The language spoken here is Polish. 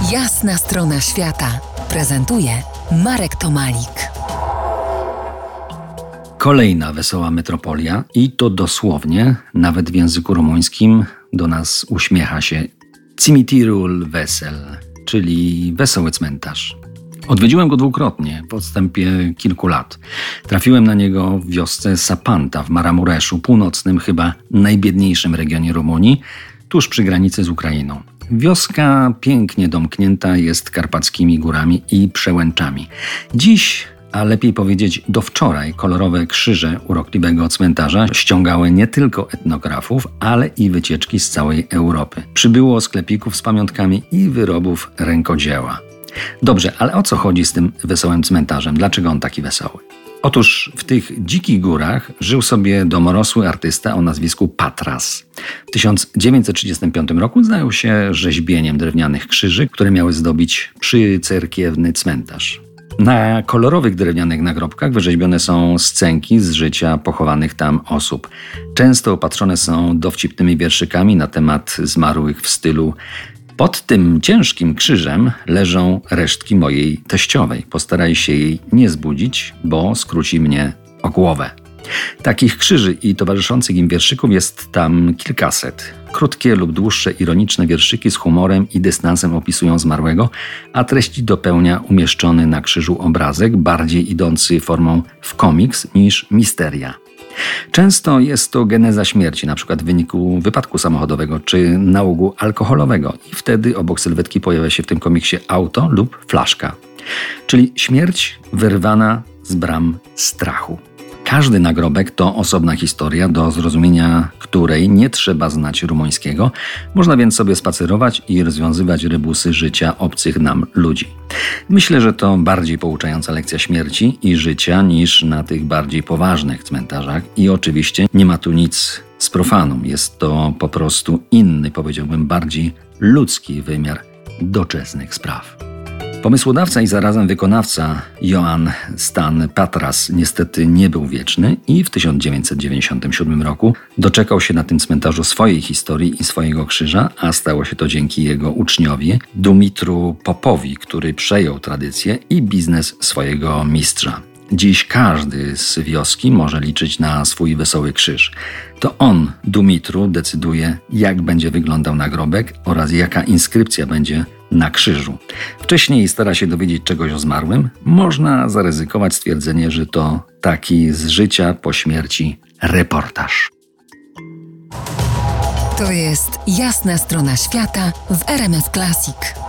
Jasna strona świata prezentuje Marek Tomalik. Kolejna wesoła metropolia i to dosłownie, nawet w języku rumuńskim, do nas uśmiecha się Cimitirul Vesel, czyli wesoły cmentarz. Odwiedziłem go dwukrotnie w odstępie kilku lat. Trafiłem na niego w wiosce Sapanta w Maramureszu, północnym, chyba najbiedniejszym regionie Rumunii, tuż przy granicy z Ukrainą. Wioska pięknie domknięta jest karpackimi górami i przełęczami. Dziś, a lepiej powiedzieć do wczoraj, kolorowe krzyże urokliwego cmentarza ściągały nie tylko etnografów, ale i wycieczki z całej Europy. Przybyło sklepików z pamiątkami i wyrobów rękodzieła. Dobrze, ale o co chodzi z tym wesołym cmentarzem? Dlaczego on taki wesoły? Otóż w tych dzikich górach żył sobie domorosły artysta o nazwisku Patras. W 1935 roku zajął się rzeźbieniem drewnianych krzyży, które miały zdobić przycerkiewny cmentarz. Na kolorowych drewnianych nagrobkach wyrzeźbione są scenki z życia pochowanych tam osób. Często opatrzone są dowcipnymi wierszykami na temat zmarłych w stylu: pod tym ciężkim krzyżem leżą resztki mojej teściowej. Postaraj się jej nie zbudzić, bo skróci mnie o głowę. Takich krzyży i towarzyszących im wierszyków jest tam kilkaset. Krótkie lub dłuższe ironiczne wierszyki z humorem i dystansem opisują zmarłego, a treści dopełnia umieszczony na krzyżu obrazek, bardziej idący formą w komiks niż misteria. Często jest to geneza śmierci, np. w wyniku wypadku samochodowego czy nałogu alkoholowego i wtedy obok sylwetki pojawia się w tym komiksie auto lub flaszka. Czyli śmierć wyrwana z bram strachu. Każdy nagrobek to osobna historia, do zrozumienia której nie trzeba znać rumuńskiego. Można więc sobie spacerować i rozwiązywać rebusy życia obcych nam ludzi. Myślę, że to bardziej pouczająca lekcja śmierci i życia niż na tych bardziej poważnych cmentarzach i oczywiście nie ma tu nic z profanum. Jest to po prostu inny, powiedziałbym bardziej ludzki wymiar doczesnych spraw. Pomysłodawca i zarazem wykonawca Ioan Stan Patras niestety nie był wieczny i w 1997 roku doczekał się na tym cmentarzu swojej historii i swojego krzyża, a stało się to dzięki jego uczniowi Dumitru Popowi, który przejął tradycję i biznes swojego mistrza. Dziś każdy z wioski może liczyć na swój wesoły krzyż. To on, Dumitru, decyduje, jak będzie wyglądał nagrobek oraz jaka inskrypcja będzie na krzyżu. Wcześniej stara się dowiedzieć czegoś o zmarłym. Można zaryzykować stwierdzenie, że to taki z życia po śmierci reportaż. To jest Jasna strona świata w RMF Classic.